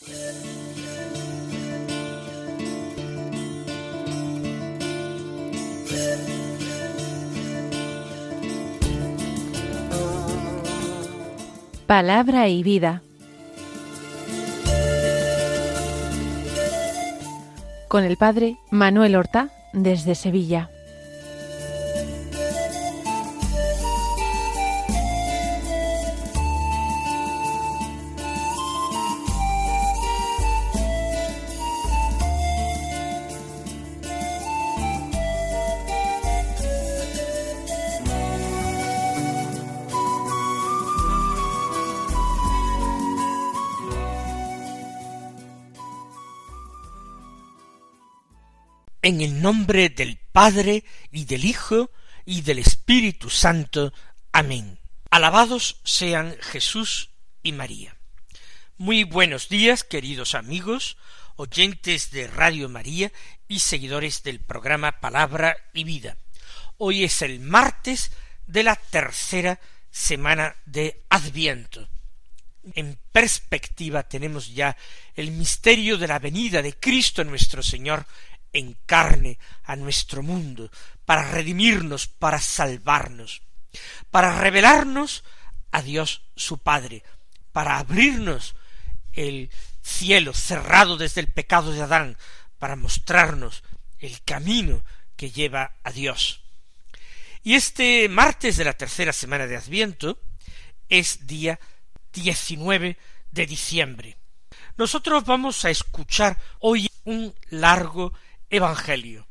Palabra y vida. Con el padre Manuel Horta, desde Sevilla. En el nombre del Padre, y del Hijo, y del Espíritu Santo. Amén. Alabados sean Jesús y María. Muy buenos días, queridos amigos, oyentes de Radio María y seguidores del programa Palabra y Vida. Hoy es el martes de la tercera semana de Adviento. En perspectiva tenemos ya el misterio de la venida de Cristo nuestro Señor en carne a nuestro mundo, para redimirnos, para salvarnos, para revelarnos a Dios su Padre, para abrirnos el cielo cerrado desde el pecado de Adán, para mostrarnos el camino que lleva a Dios. Y este martes de la tercera semana de Adviento es día 19 de diciembre. Nosotros vamos a escuchar hoy un largo Evangelio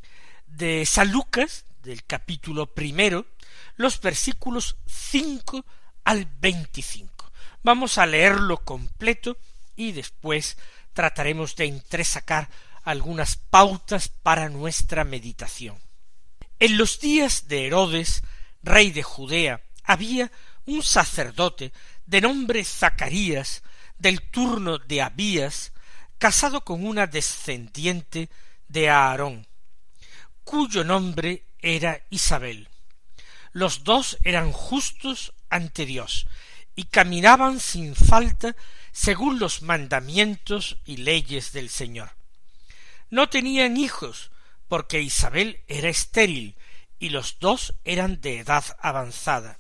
de San Lucas, del capítulo 1, los versículos 5 al 25. Vamos a leerlo completo y después trataremos de entresacar algunas pautas para nuestra meditación. En los días de Herodes, rey de Judea, había un sacerdote de nombre Zacarías, del turno de Abías, casado con una descendiente de Aarón, cuyo nombre era Isabel. Los dos eran justos ante Dios y caminaban sin falta según los mandamientos y leyes del Señor. No tenían hijos, porque Isabel era estéril y los dos eran de edad avanzada.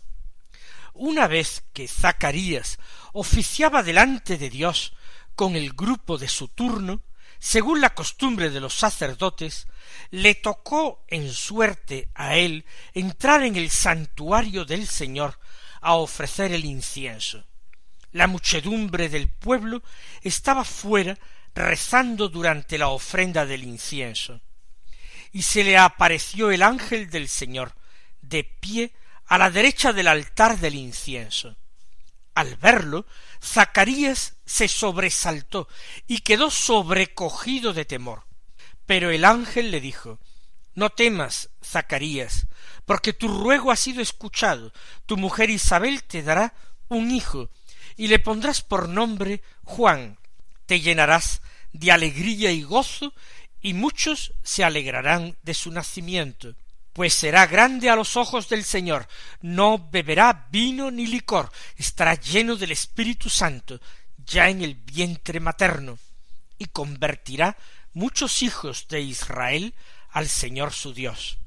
Una vez que Zacarías oficiaba delante de Dios con el grupo de su turno, según la costumbre de los sacerdotes, le tocó en suerte a él entrar en el santuario del Señor a ofrecer el incienso. La muchedumbre del pueblo estaba fuera rezando durante la ofrenda del incienso, y se le apareció el ángel del Señor, de pie a la derecha del altar del incienso. Al verlo, Zacarías se sobresaltó y quedó sobrecogido de temor. Pero el ángel le dijo: No temas, Zacarías, porque tu ruego ha sido escuchado. Tu mujer Isabel te dará un hijo, y le pondrás por nombre Juan. Te llenarás de alegría y gozo, y muchos se alegrarán de su nacimiento. Pues será grande a los ojos del Señor, no beberá vino ni licor, estará lleno del Espíritu Santo, ya en el vientre materno, y convertirá muchos hijos de Israel al Señor su Dios.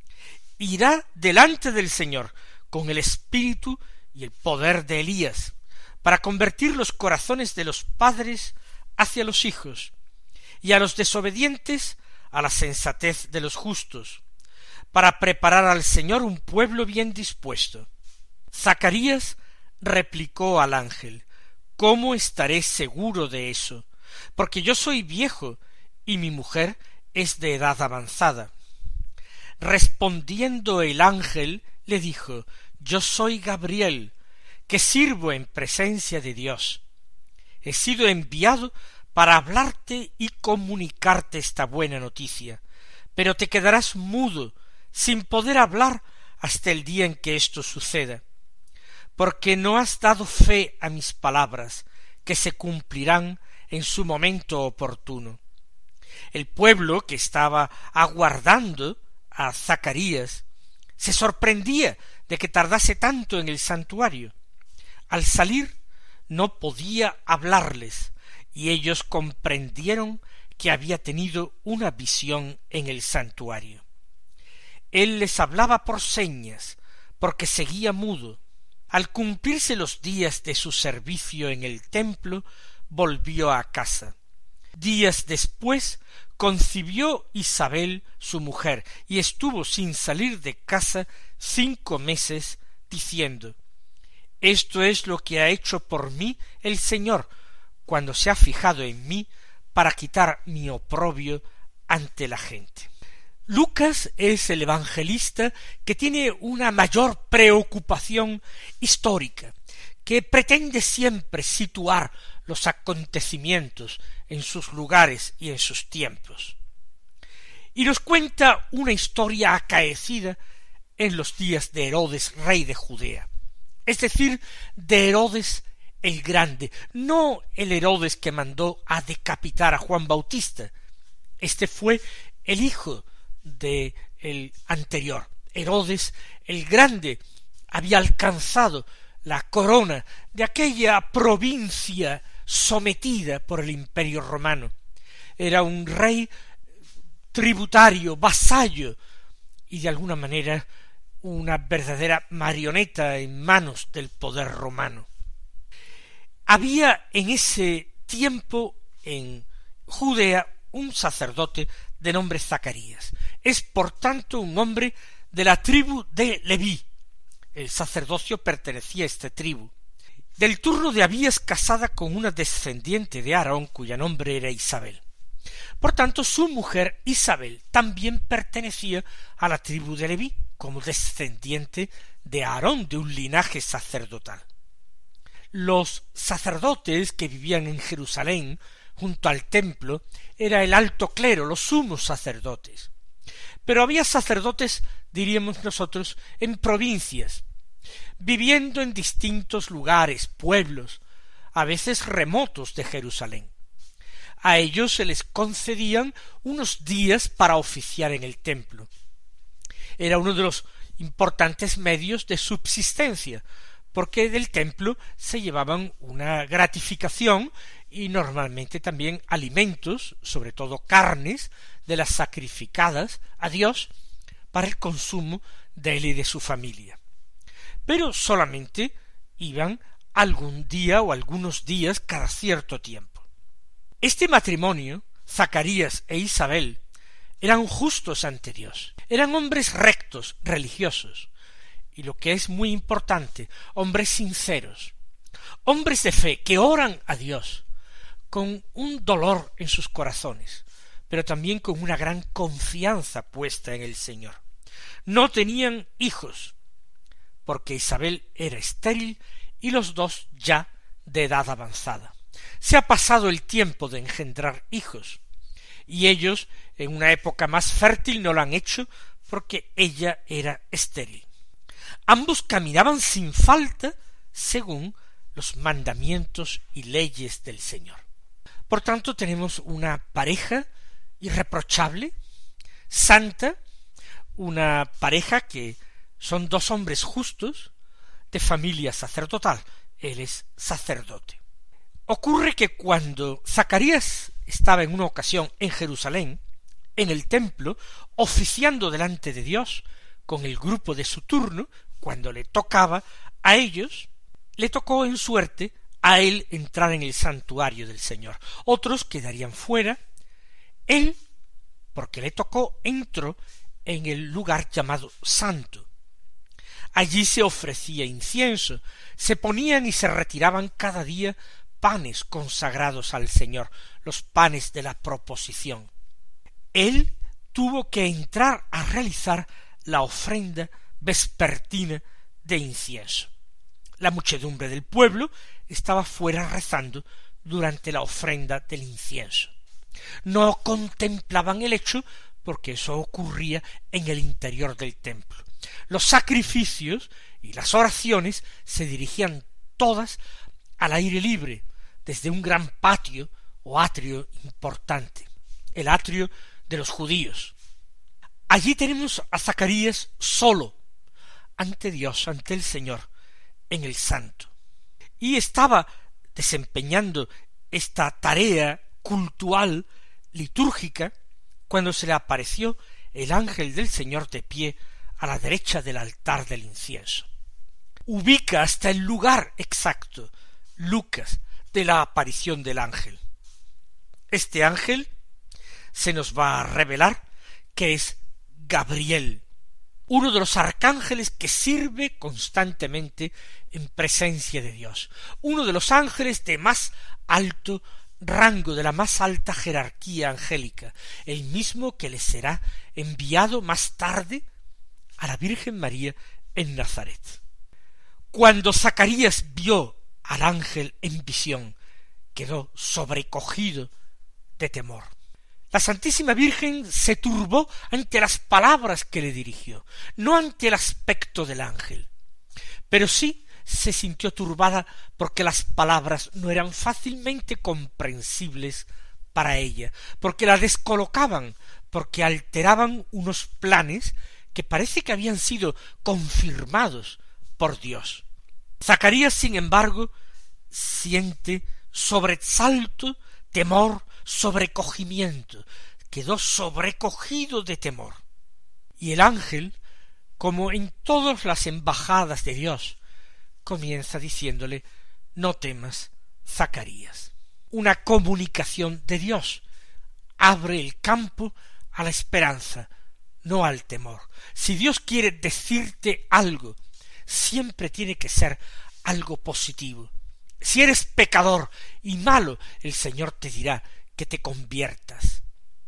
Irá delante del Señor con el espíritu y el poder de Elías, para convertir los corazones de los padres hacia los hijos, y a los desobedientes a la sensatez de los justos, para preparar al Señor un pueblo bien dispuesto. Zacarías replicó al ángel: ¿Cómo estaré seguro de eso? Porque yo soy viejo y mi mujer es de edad avanzada. Respondiendo el ángel le dijo: Yo soy Gabriel, que sirvo en presencia de Dios. He sido enviado para hablarte y comunicarte esta buena noticia, pero te quedarás mudo, sin poder hablar hasta el día en que esto suceda, porque no has dado fe a mis palabras, que se cumplirán en su momento oportuno. El pueblo que estaba aguardando a Zacarías se sorprendía de que tardase tanto en el santuario. Al salir no podía hablarles, y ellos comprendieron que había tenido una visión en el santuario. Él les hablaba por señas, porque seguía mudo. Al cumplirse los días de su servicio en el templo, volvió a casa. Días después concibió Isabel su mujer, y estuvo sin salir de casa 5 meses, diciendo: Esto es lo que ha hecho por mí el Señor, cuando se ha fijado en mí para quitar mi oprobio ante la gente. Lucas es el evangelista que tiene una mayor preocupación histórica, que pretende siempre situar los acontecimientos en sus lugares y en sus tiempos. Y nos cuenta una historia acaecida en los días de Herodes, rey de Judea, es decir, de Herodes el Grande, no el Herodes que mandó a decapitar a Juan Bautista. Este fue el hijo de el anterior. Herodes el Grande había alcanzado la corona de aquella provincia sometida por el Imperio Romano. Era un rey tributario, vasallo, y de alguna manera una verdadera marioneta en manos del poder romano. Había en ese tiempo en Judea un sacerdote de nombre Zacarías. Es por tanto un hombre de la tribu de Leví. El sacerdocio pertenecía a esta tribu. Del turno de Abías, casada con una descendiente de Aarón, cuyo nombre era Isabel. Por tanto, su mujer Isabel también pertenecía a la tribu de Leví, como descendiente de Aarón, de un linaje sacerdotal. Los sacerdotes que vivían en Jerusalén, junto al templo, era el alto clero, los sumos sacerdotes. Pero había sacerdotes, diríamos nosotros, en provincias, viviendo en distintos lugares, pueblos, a veces remotos de Jerusalén. A ellos se les concedían unos días para oficiar en el templo. Era uno de los importantes medios de subsistencia, porque del templo se llevaban una gratificación y normalmente también alimentos, sobre todo carnes, de las sacrificadas a Dios para el consumo de él y de su familia. Pero solamente iban algún día o algunos días cada cierto tiempo. Este matrimonio, Zacarías e Isabel, eran justos ante Dios, eran hombres rectos, religiosos, y lo que es muy importante, hombres sinceros, hombres de fe que oran a Dios con un dolor en sus corazones, pero también con una gran confianza puesta en el Señor. No tenían hijos, porque Isabel era estéril y los dos ya de edad avanzada. Se ha pasado el tiempo de engendrar hijos, y ellos en una época más fértil no lo han hecho porque ella era estéril. Ambos caminaban sin falta según los mandamientos y leyes del Señor. Por tanto, tenemos una pareja irreprochable, santa, una pareja que son dos hombres justos, de familia sacerdotal. Él es sacerdote. Ocurre que cuando Zacarías estaba en una ocasión en Jerusalén, en el templo, oficiando delante de Dios con el grupo de su turno, cuando le tocaba a ellos, le tocó en suerte a él entrar en el santuario del Señor. Otros quedarían fuera. Él, porque le tocó, entró en el lugar llamado santo. Allí se ofrecía incienso, se ponían y se retiraban cada día panes consagrados al Señor, los panes de la proposición. Él tuvo que entrar a realizar la ofrenda vespertina de incienso. La muchedumbre del pueblo estaba fuera rezando durante la ofrenda del incienso. No contemplaban el hecho porque eso ocurría en el interior del templo. Los sacrificios y las oraciones se dirigían todas al aire libre, desde un gran patio o atrio importante, el atrio de los judíos. Allí tenemos a Zacarías solo, ante Dios, ante el Señor, en el santo. Y estaba desempeñando esta tarea cultual, litúrgica, cuando se le apareció el ángel del Señor de pie a la derecha del altar del incienso. Ubica hasta el lugar exacto, Lucas, de la aparición del ángel. Este ángel se nos va a revelar que es Gabriel, uno de los arcángeles que sirve constantemente en presencia de Dios, uno de los ángeles de más alto rango, de la más alta jerarquía angélica, el mismo que le será enviado más tarde a la Virgen María en Nazaret. Cuando Zacarías vio al ángel en visión, quedó sobrecogido de temor. La Santísima Virgen se turbó ante las palabras que le dirigió, no ante el aspecto del ángel, pero sí se sintió turbada porque las palabras no eran fácilmente comprensibles para ella, porque la descolocaban, porque alteraban unos planes que parece que habían sido confirmados por Dios. Zacarías, sin embargo, siente sobresalto, temor, sobrecogimiento, quedó sobrecogido de temor. Y el ángel, como en todas las embajadas de Dios, comienza diciéndole: no temas, Zacarías. Una comunicación de Dios abre el campo a la esperanza, no al temor. Si Dios quiere decirte algo, siempre tiene que ser algo positivo. Si eres pecador y malo, el Señor te dirá que te conviertas.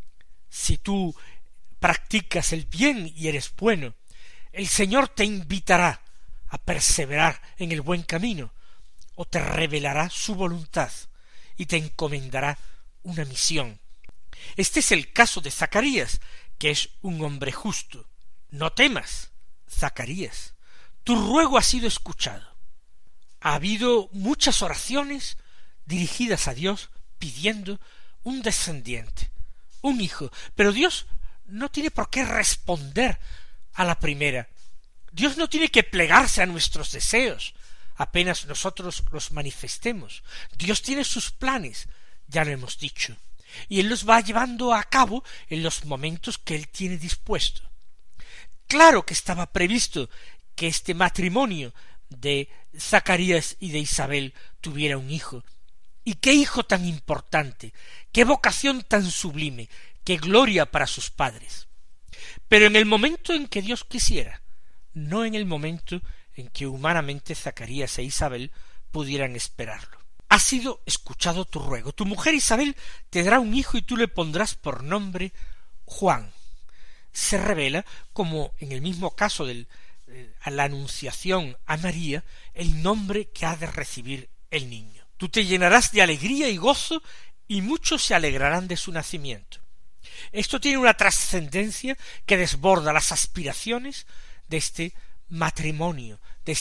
Si tú practicas el bien y eres bueno, el Señor te invitará a perseverar en el buen camino, o te revelará su voluntad y te encomendará una misión. Este es el caso de Zacarías, que es un hombre justo. No temas, Zacarías, tu ruego ha sido escuchado. Ha habido muchas oraciones dirigidas a Dios pidiendo un descendiente, un hijo, pero Dios no tiene por qué responder a la primera. Dios no tiene que plegarse a nuestros deseos apenas nosotros los manifestemos. Dios tiene sus planes, ya lo hemos dicho, y Él los va llevando a cabo en los momentos que Él tiene dispuesto. Claro que estaba previsto que este matrimonio de Zacarías y de Isabel tuviera un hijo. Y qué hijo tan importante, qué vocación tan sublime, qué gloria para sus padres. Pero en el momento en que Dios quisiera, no en el momento en que humanamente Zacarías e Isabel pudieran esperarlo. Ha sido escuchado tu ruego. Tu mujer Isabel te dará un hijo y tú le pondrás por nombre Juan. Se revela, como en el mismo caso a la anunciación a María, el nombre que ha de recibir el niño. Tú te llenarás de alegría y gozo, y muchos se alegrarán de su nacimiento. Esto tiene una trascendencia que desborda las aspiraciones de este matrimonio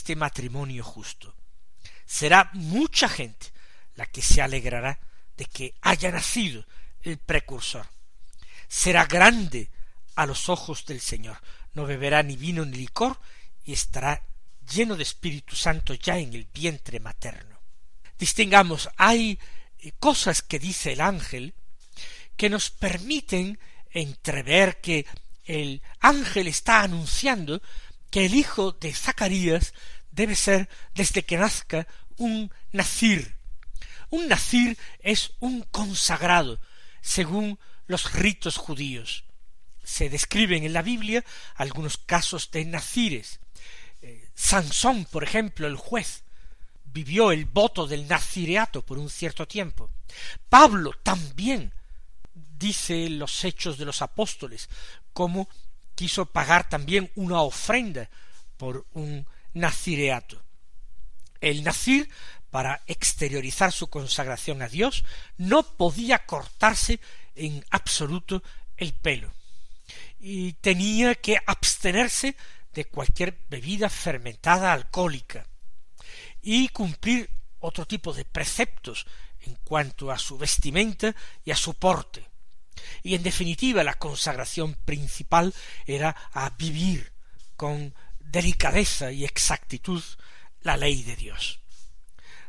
justo. Será mucha gente la que se alegrará de que haya nacido el precursor. Será grande a los ojos del Señor. No beberá ni vino ni licor y estará lleno de Espíritu Santo ya en el vientre materno. Distingamos, hay cosas que dice el ángel que nos permiten entrever que el ángel está anunciando que el hijo de Zacarías debe ser, desde que nazca, un nazir. Un nazir es un consagrado, según los ritos judíos. Se describen en la Biblia algunos casos de nazires. Sansón, por ejemplo, el juez, vivió el voto del nazireato por un cierto tiempo. Pablo también dice en los Hechos de los Apóstoles cómo quiso pagar también una ofrenda por un nazireato. El nazir, para exteriorizar su consagración a Dios, no podía cortarse en absoluto el pelo y tenía que abstenerse de cualquier bebida fermentada alcohólica y cumplir otro tipo de preceptos en cuanto a su vestimenta y a su porte. Y en definitiva la consagración principal era a vivir con delicadeza y exactitud la ley de Dios.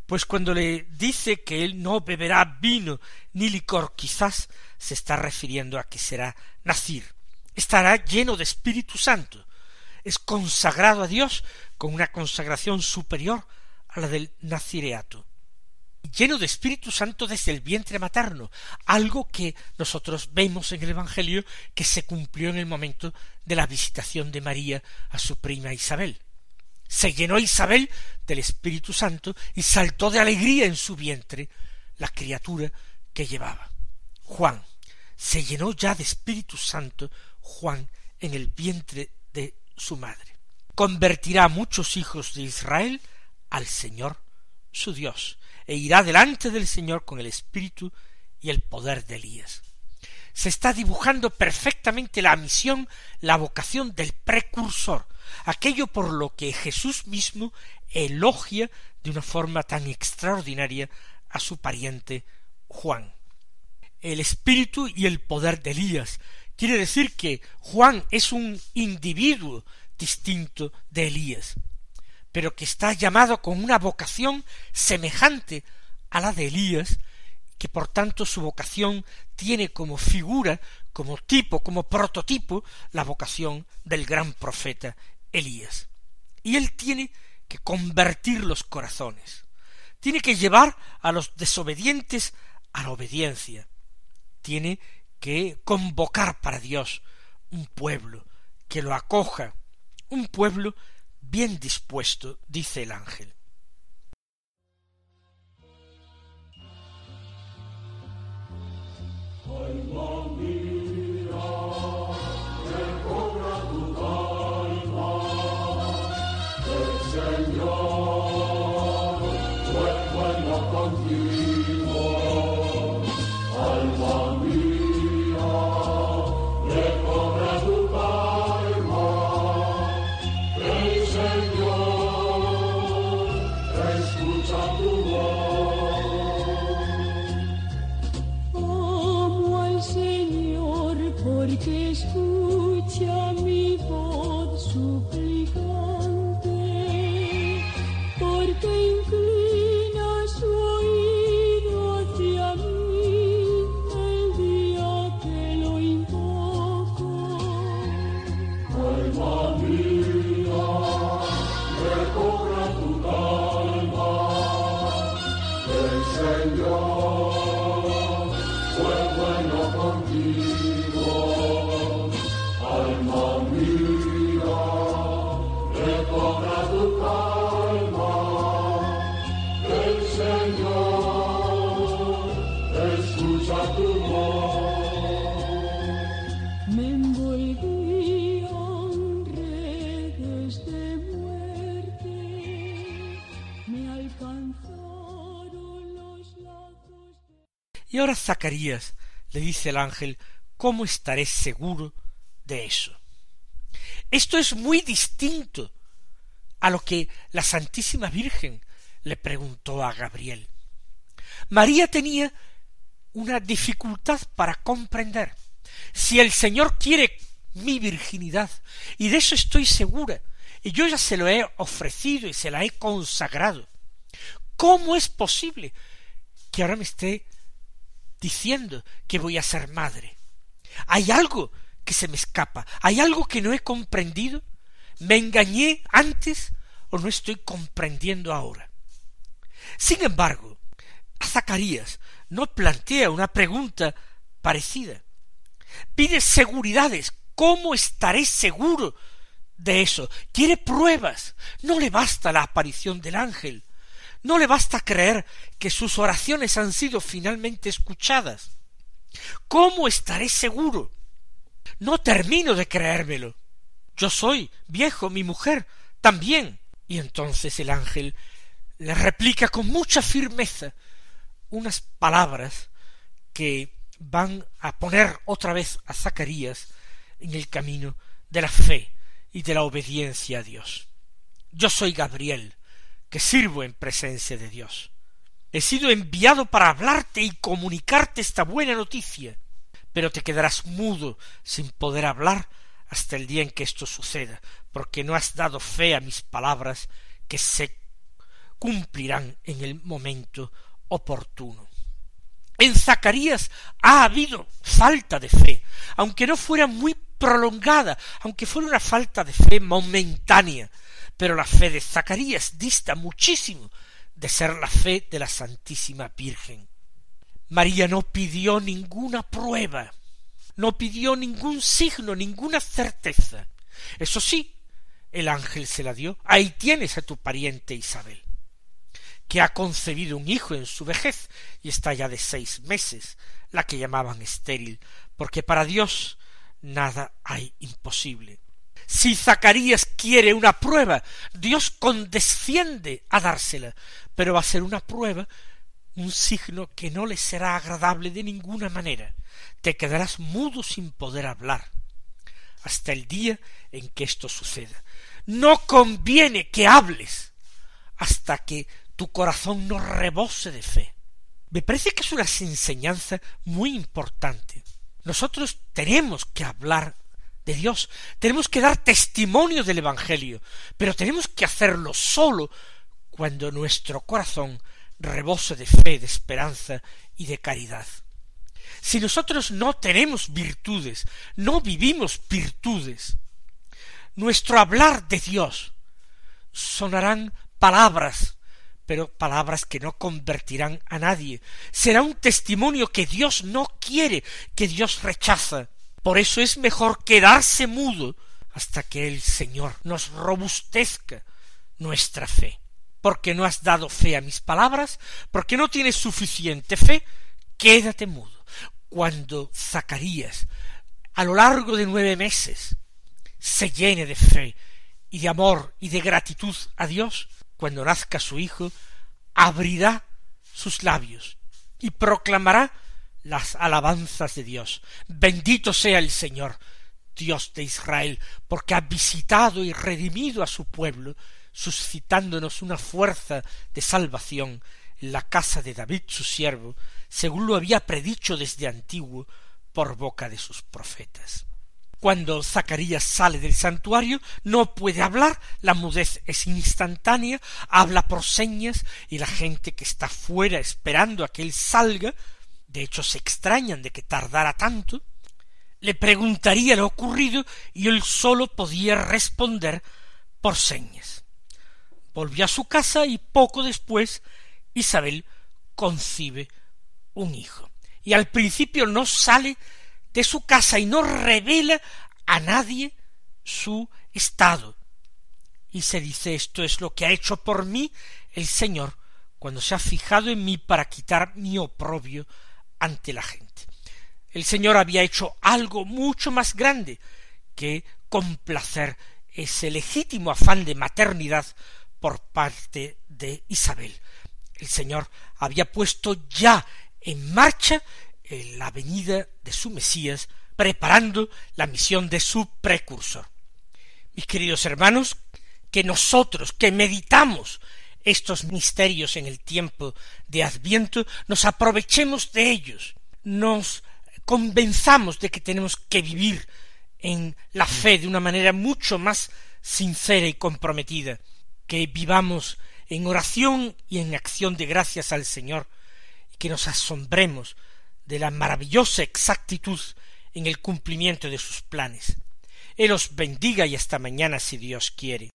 pues cuando le dice que él no beberá vino ni licor, quizás se está refiriendo a que será nazir, estará lleno de Espíritu Santo, es consagrado a Dios con una consagración superior a la del nazireato, lleno de Espíritu Santo desde el vientre materno, algo que nosotros vemos en el Evangelio que se cumplió en el momento de la visitación de María a su prima Isabel. Se llenó Isabel del Espíritu Santo y saltó de alegría en su vientre la criatura que llevaba. Juan se llenó ya de Espíritu Santo, Juan, en el vientre de su madre. Convertirá a muchos hijos de Israel al Señor su Dios, e irá delante del Señor con el espíritu y el poder de Elías. Se está dibujando perfectamente la misión, la vocación del precursor, aquello por lo que Jesús mismo elogia de una forma tan extraordinaria a su pariente Juan. El espíritu y el poder de Elías quiere decir que Juan es un individuo distinto de Elías, pero que está llamado con una vocación semejante a la de Elías, que por tanto su vocación tiene como figura, como tipo, como prototipo, la vocación del gran profeta Elías. Y él tiene que convertir los corazones, tiene que llevar a los desobedientes a la obediencia, tiene que convocar para Dios un pueblo que lo acoja, un pueblo bien dispuesto, dice el ángel. Porque escucha mi voz suplicante, porque inclina su oído hacia mí el día que lo invoco. Alma mía, recobra tu calma, el Señor fue bueno contigo. Alma mía, recobra tu calma, el Señor escucha tu voz. Me envolvían redes de muerte, me alcanzaron los lazos de... Y ahora Zacarías le dice al ángel, ¿cómo estaré seguro de eso? Esto es muy distinto a lo que la Santísima Virgen le preguntó a Gabriel. María tenía una dificultad para comprender. Si el Señor quiere mi virginidad, y de eso estoy segura, y yo ya se lo he ofrecido y se la he consagrado, ¿cómo es posible que ahora me esté diciendo que voy a ser madre? ¿Hay algo que se me escapa? ¿Hay algo que no he comprendido? ¿Me engañé antes o no estoy comprendiendo ahora? Sin embargo, a Zacarías no plantea una pregunta parecida. Pide seguridades. ¿Cómo estaré seguro de eso? Quiere pruebas. No le basta la aparición del ángel. No le basta creer que sus oraciones han sido finalmente escuchadas. ¿Cómo estaré seguro? No termino de creérmelo. Yo soy viejo, mi mujer también. Y entonces el ángel le replica con mucha firmeza unas palabras que van a poner otra vez a Zacarías en el camino de la fe y de la obediencia a Dios. Yo soy Gabriel, que sirvo en presencia de Dios. He sido enviado para hablarte y comunicarte esta buena noticia, pero te quedarás mudo sin poder hablar hasta el día en que esto suceda, porque no has dado fe a mis palabras que se cumplirán en el momento oportuno. En Zacarías ha habido falta de fe, aunque no fuera muy prolongada, aunque fuera una falta de fe momentánea, pero la fe de Zacarías dista muchísimo de ser la fe de la Santísima Virgen. María no pidió ninguna prueba, no pidió ningún signo, ninguna certeza. Eso sí, el ángel se la dio. Ahí tienes a tu pariente Isabel, que ha concebido un hijo en su vejez y está ya de 6 meses, la que llamaban estéril, porque para Dios nada hay imposible. Si Zacarías quiere una prueba, Dios condesciende a dársela, pero va a ser una prueba, un signo que no le será agradable de ninguna manera. Te quedarás mudo sin poder hablar hasta el día en que esto suceda. No conviene que hables hasta que tu corazón no rebose de fe. Me parece que es una enseñanza muy importante. Nosotros tenemos que hablar de Dios, tenemos que dar testimonio del Evangelio, pero tenemos que hacerlo solo cuando nuestro corazón rebose de fe, de esperanza y de caridad. Si nosotros no tenemos virtudes, no vivimos virtudes, nuestro hablar de Dios sonarán palabras, pero palabras que no convertirán a nadie. Será un testimonio que Dios no quiere, que Dios rechaza. Por eso es mejor quedarse mudo hasta que el Señor nos robustezca nuestra fe. Porque no has dado fe a mis palabras, porque no tienes suficiente fe, quédate mudo. Cuando Zacarías, a lo largo de 9 meses, se llene de fe y de amor y de gratitud a Dios, cuando nazca su hijo, abrirá sus labios y proclamará las alabanzas de Dios. Bendito sea el Señor, Dios de Israel, porque ha visitado y redimido a su pueblo, suscitándonos una fuerza de salvación en la casa de David su siervo, según lo había predicho desde antiguo por boca de sus profetas. Cuando Zacarías sale del santuario no puede hablar, la mudez es instantánea, habla por señas y la gente que está fuera esperando a que él salga, de hecho se extrañan de que tardara tanto, le preguntaría lo ocurrido y él solo podía responder por señas. Volvió a su casa y poco después Isabel concibe un hijo. Y al principio no sale de su casa y no revela a nadie su estado. Y se dice, esto es lo que ha hecho por mí el Señor, cuando se ha fijado en mí para quitar mi oprobio ante la gente. El Señor había hecho algo mucho más grande que complacer ese legítimo afán de maternidad por parte de Isabel. El Señor había puesto ya en marcha la venida de su Mesías, preparando la misión de su precursor. Mis queridos hermanos, que nosotros que meditamos estos misterios en el tiempo de Adviento, nos aprovechemos de ellos, nos convenzamos de que tenemos que vivir en la fe de una manera mucho más sincera y comprometida, que vivamos en oración y en acción de gracias al Señor, y que nos asombremos de la maravillosa exactitud en el cumplimiento de sus planes. Él os bendiga y hasta mañana si Dios quiere.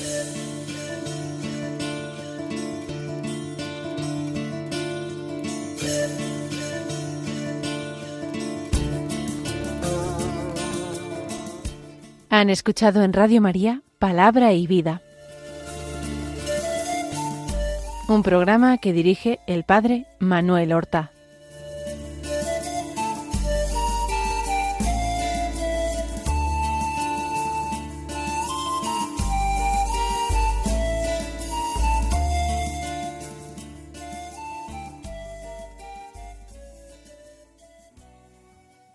Han escuchado en Radio María Palabra y Vida, un programa que dirige el Padre Manuel Horta.